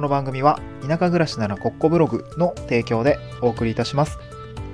の番組は田舎暮らしならコッコブログの提供でお送りいたします。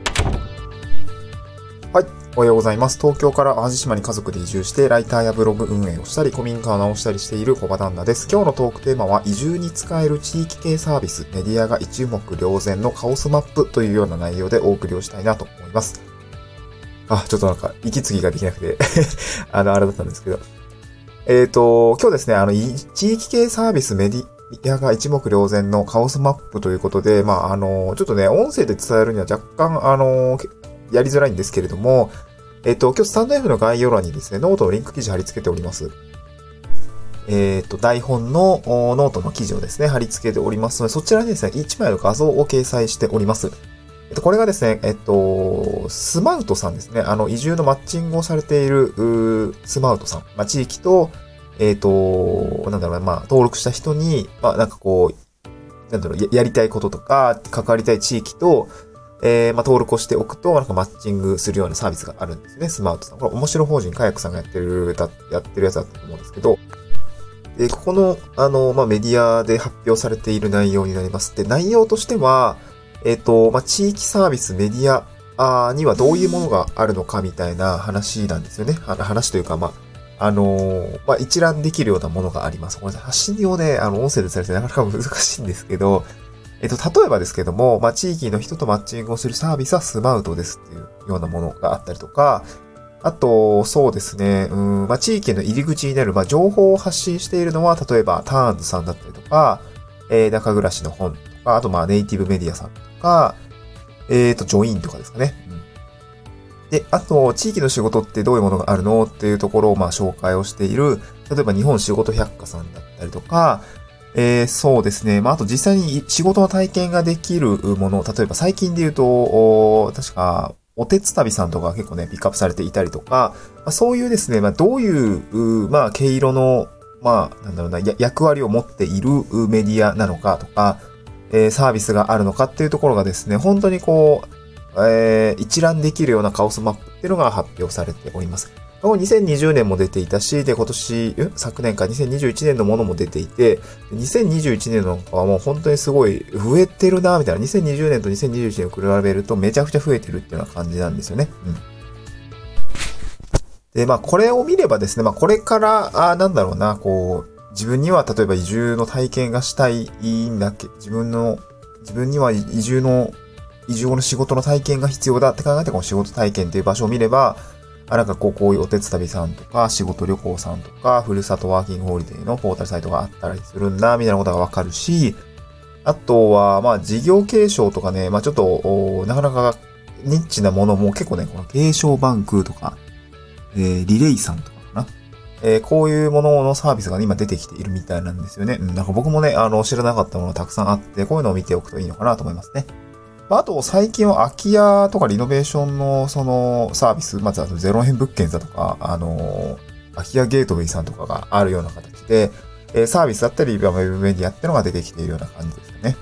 はい、おはようございます。東京から淡路島に家族で移住してライターやブログ運営をしたり古民家を直したりしている小場旦那です。今日のトークテーマは移住に使える地域系サービス、メディアが一目瞭然のカオスマップというような内容でお送りをしたいなと思います。ちょっとなんか息継ぎができなくてあれだったんですけど。今日ですね、地域系サービスメディアが一目瞭然のカオスマップということで、ちょっとね、音声で伝えるには若干、やりづらいんですけれども、今日スタンド F の概要欄にですね、ノートのリンク記事貼り付けております。台本のノートの記事をですね、貼り付けておりますので、そちらにですね、1枚の画像を掲載しております。これがですね、スマウトさんですね。移住のマッチングをされている、スマウトさん。地域と、登録した人に、やりたいこととか、関わりたい地域と、登録をしておくと、マッチングするようなサービスがあるんですね、スマウトさん。これ、面白法人カヤックさんがやってるやつだったと思うんですけど、ここの、メディアで発表されている内容になります。で、内容としては、地域サービスメディアにはどういうものがあるのかみたいな話なんですよね。話というか、一覧できるようなものがあります。これ、発信をね、音声でされてなかなか難しいんですけど、例えばですけども、地域の人とマッチングをするサービスはスマウトですっていうようなものがあったりとか、あと、そうですね、地域の入り口になる、情報を発信しているのは、例えば、ターンズさんだったりとか、中暮らしの本とか、あと、ネイティブメディアさんとか、ジョインとかですかね。で、あと、地域の仕事ってどういうものがあるのっていうところを、紹介をしている、例えば、日本仕事百科さんだったりとか、そうですね。あと実際に仕事の体験ができるもの、例えば最近で言うと、確か、おてつたびさんとか結構ね、ピックアップされていたりとか、そういうですね、どういう、毛色の、役割を持っているメディアなのかとか、サービスがあるのかっていうところがですね、本当に一覧できるようなカオスマップっていうのが発表されております。2020年も出ていたし、で、昨年か2021年のものも出ていて、2021年のはもう本当にすごい増えてるな、みたいな。2020年と2021年を比べるとめちゃくちゃ増えてるっていうような感じなんですよね。で、これを見ればですね、これから、自分には例えば移住の体験がしたいんだけど、自分には移住後の仕事の体験が必要だって考えて、この仕事体験っていう場所を見れば、こういうおてつたびさんとか、仕事旅行さんとか、ふるさとワーキングホリデーのポータルサイトがあったりするんだ、みたいなことがわかるし、あとは、事業継承とかね、ちょっと、なかなかニッチなものも結構ね、この継承バンクとか、リレイさんとかかな。こういうもののサービスが、今出てきているみたいなんですよね。僕もね、知らなかったものがたくさんあって、こういうのを見ておくといいのかなと思いますね。あと、最近は空き家とかリノベーションのそのサービス、まず0円物件だとか、空き家ゲートウェイさんとかがあるような形で、サービスだったり、ウェブメディアってのが出てきているような感じですよね。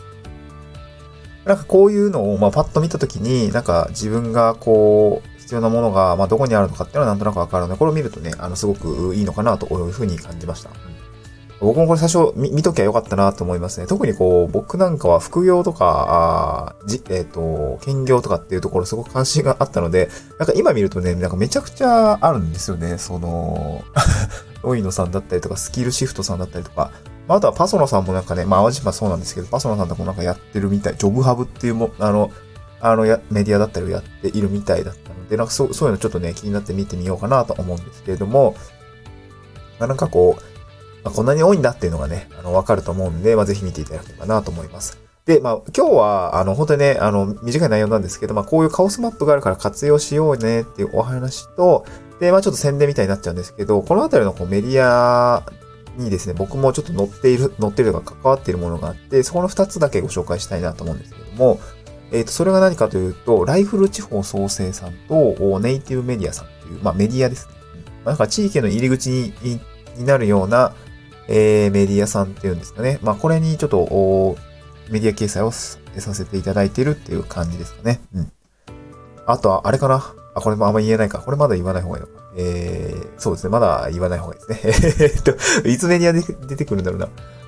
こういうのを、パッと見たときに、自分が必要なものが、どこにあるのかっていうのはなんとなくわかるので、これを見るとね、すごくいいのかなというふうに感じました。僕もこれ最初見ときゃよかったなと思いますね。特に僕なんかは副業とか、兼業とかっていうところすごく関心があったので、今見るとね、めちゃくちゃあるんですよね。ロイノさんだったりとか、スキルシフトさんだったりとか、あとはパソノさんも淡路島そうなんですけど、パソノさんとかもやってるみたい、ジョブハブっていうメディアだったりをやっているみたいだったので、そういうのちょっとね、気になって見てみようかなと思うんですけれども、こんなに多いんだっていうのがね、わかると思うんで、ぜひ見ていただければなと思います。で、今日は、本当にね、短い内容なんですけど、こういうカオスマップがあるから活用しようねっていうお話と、で、ちょっと宣伝みたいになっちゃうんですけど、このあたりのメディアにですね、僕もちょっと載っているとか関わっているものがあって、そこの2つだけご紹介したいなと思うんですけども、それが何かというと、ライフル地方創生さんと、ネイティブメディアさんという、メディアですね。地域の入り口になるような、メディアさんっていうんですかね。これにちょっと、メディア掲載をさせていただいているっていう感じですかね。あとは、あれかな。これもあんま言えないか。これまだ言わない方がいいのか。そうですね。まだ言わない方がいいですね。いつメディアで出てくるんだろうな。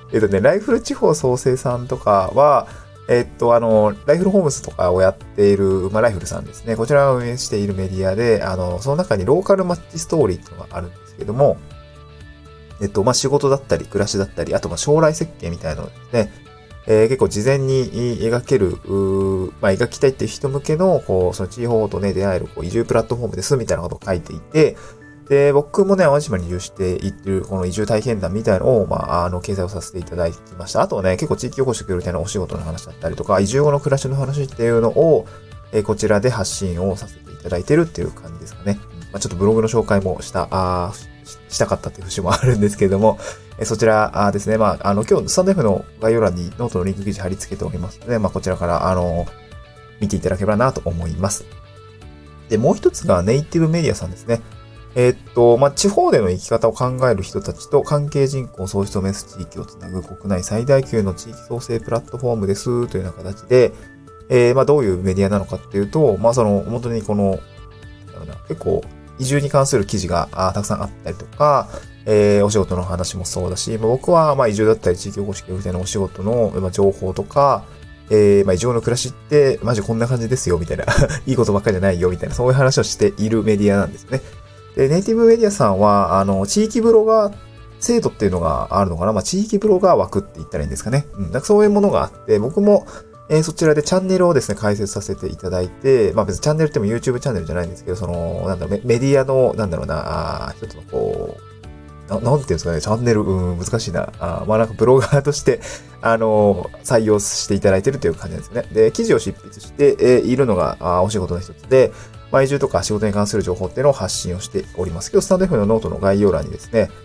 ライフル地方創生さんとかは、ライフルホームズとかをやっている、ライフルさんですね。こちらを運営しているメディアで、その中にローカルマッチストーリーっていうのがあるんですけども、仕事だったり、暮らしだったり、あと将来設計みたいなのですね、結構事前に描ける、描きたいっていう人向けの、その地方とね、出会える、移住プラットフォームですみたいなことを書いていて、で、僕もね、淡路島に移住していってる、この移住体験談みたいなのを、掲載をさせていただきました。あとはね、結構地域おこし協力隊のお仕事の話だったりとか、移住後の暮らしの話っていうのを、こちらで発信をさせていただいてるっていう感じですかね。ちょっとブログの紹介もしたかったっていう節もあるんですけれども、そちらですね、今日、スタンド F の概要欄にノートのリンク記事貼り付けておりますので、こちらから、見ていただければなと思います。で、もう一つがネイティブメディアさんですね。地方での生き方を考える人たちと関係人口創出を目指す地域をつなぐ国内最大級の地域創生プラットフォームですというような形で、どういうメディアなのかっていうと、本当に結構、移住に関する記事がたくさんあったりとか、お仕事の話もそうだし、僕は移住だったり地域おこし協力隊のお仕事の情報とか、移住の暮らしってマジこんな感じですよみたいな、いいことばっかりじゃないよみたいな、そういう話をしているメディアなんですね。で、ネイティブメディアさんは、地域ブロガー制度っていうのがあるのかな。地域ブロガー枠って言ったらいいんですかね。そういうものがあって、僕も、そちらでチャンネルをですね、開設させていただいて、別にチャンネルっても YouTube チャンネルじゃないんですけど、メディアの、一つのなんていうんですかね、チャンネル、難しいな。ブロガーとして、採用していただいているという感じなんですよね。で、記事を執筆しているのが、お仕事の一つで、移住とか仕事に関する情報っていうのを発信をしております。今日スタンド F のノートの概要欄にですね、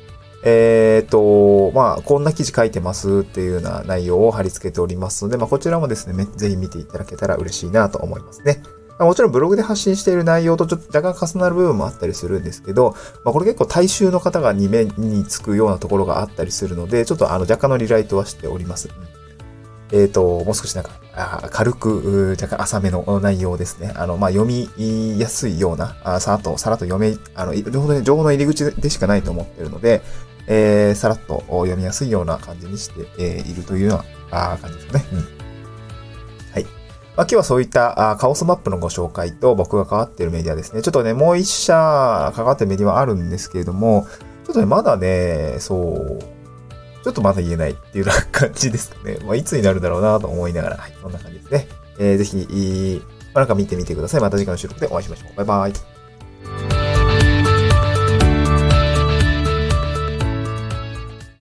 こんな記事書いてますっていうような内容を貼り付けておりますので、こちらもですね、ぜひ見ていただけたら嬉しいなと思いますね。もちろんブログで発信している内容とちょっと若干重なる部分もあったりするんですけど、これ結構大衆の方が目につくようなところがあったりするので、ちょっと若干のリライトはしております。もう少し軽く、若干浅めの内容ですね。読みやすいような、さらっと読め、情報の入り口でしかないと思っているので、さらっと読みやすいような感じにしているというような感じですね。はい。今日はそういったカオスマップのご紹介と僕が関わっているメディアですね。ちょっとね、もう一社関わっているメディアはあるんですけれども、ちょっとね、まだね、ちょっとまだ言えないっていうような感じですかね。いつになるだろうなと思いながら、はい、そんな感じですね。ぜひ、見てみてください。また次回の収録でお会いしましょう。バイバイ。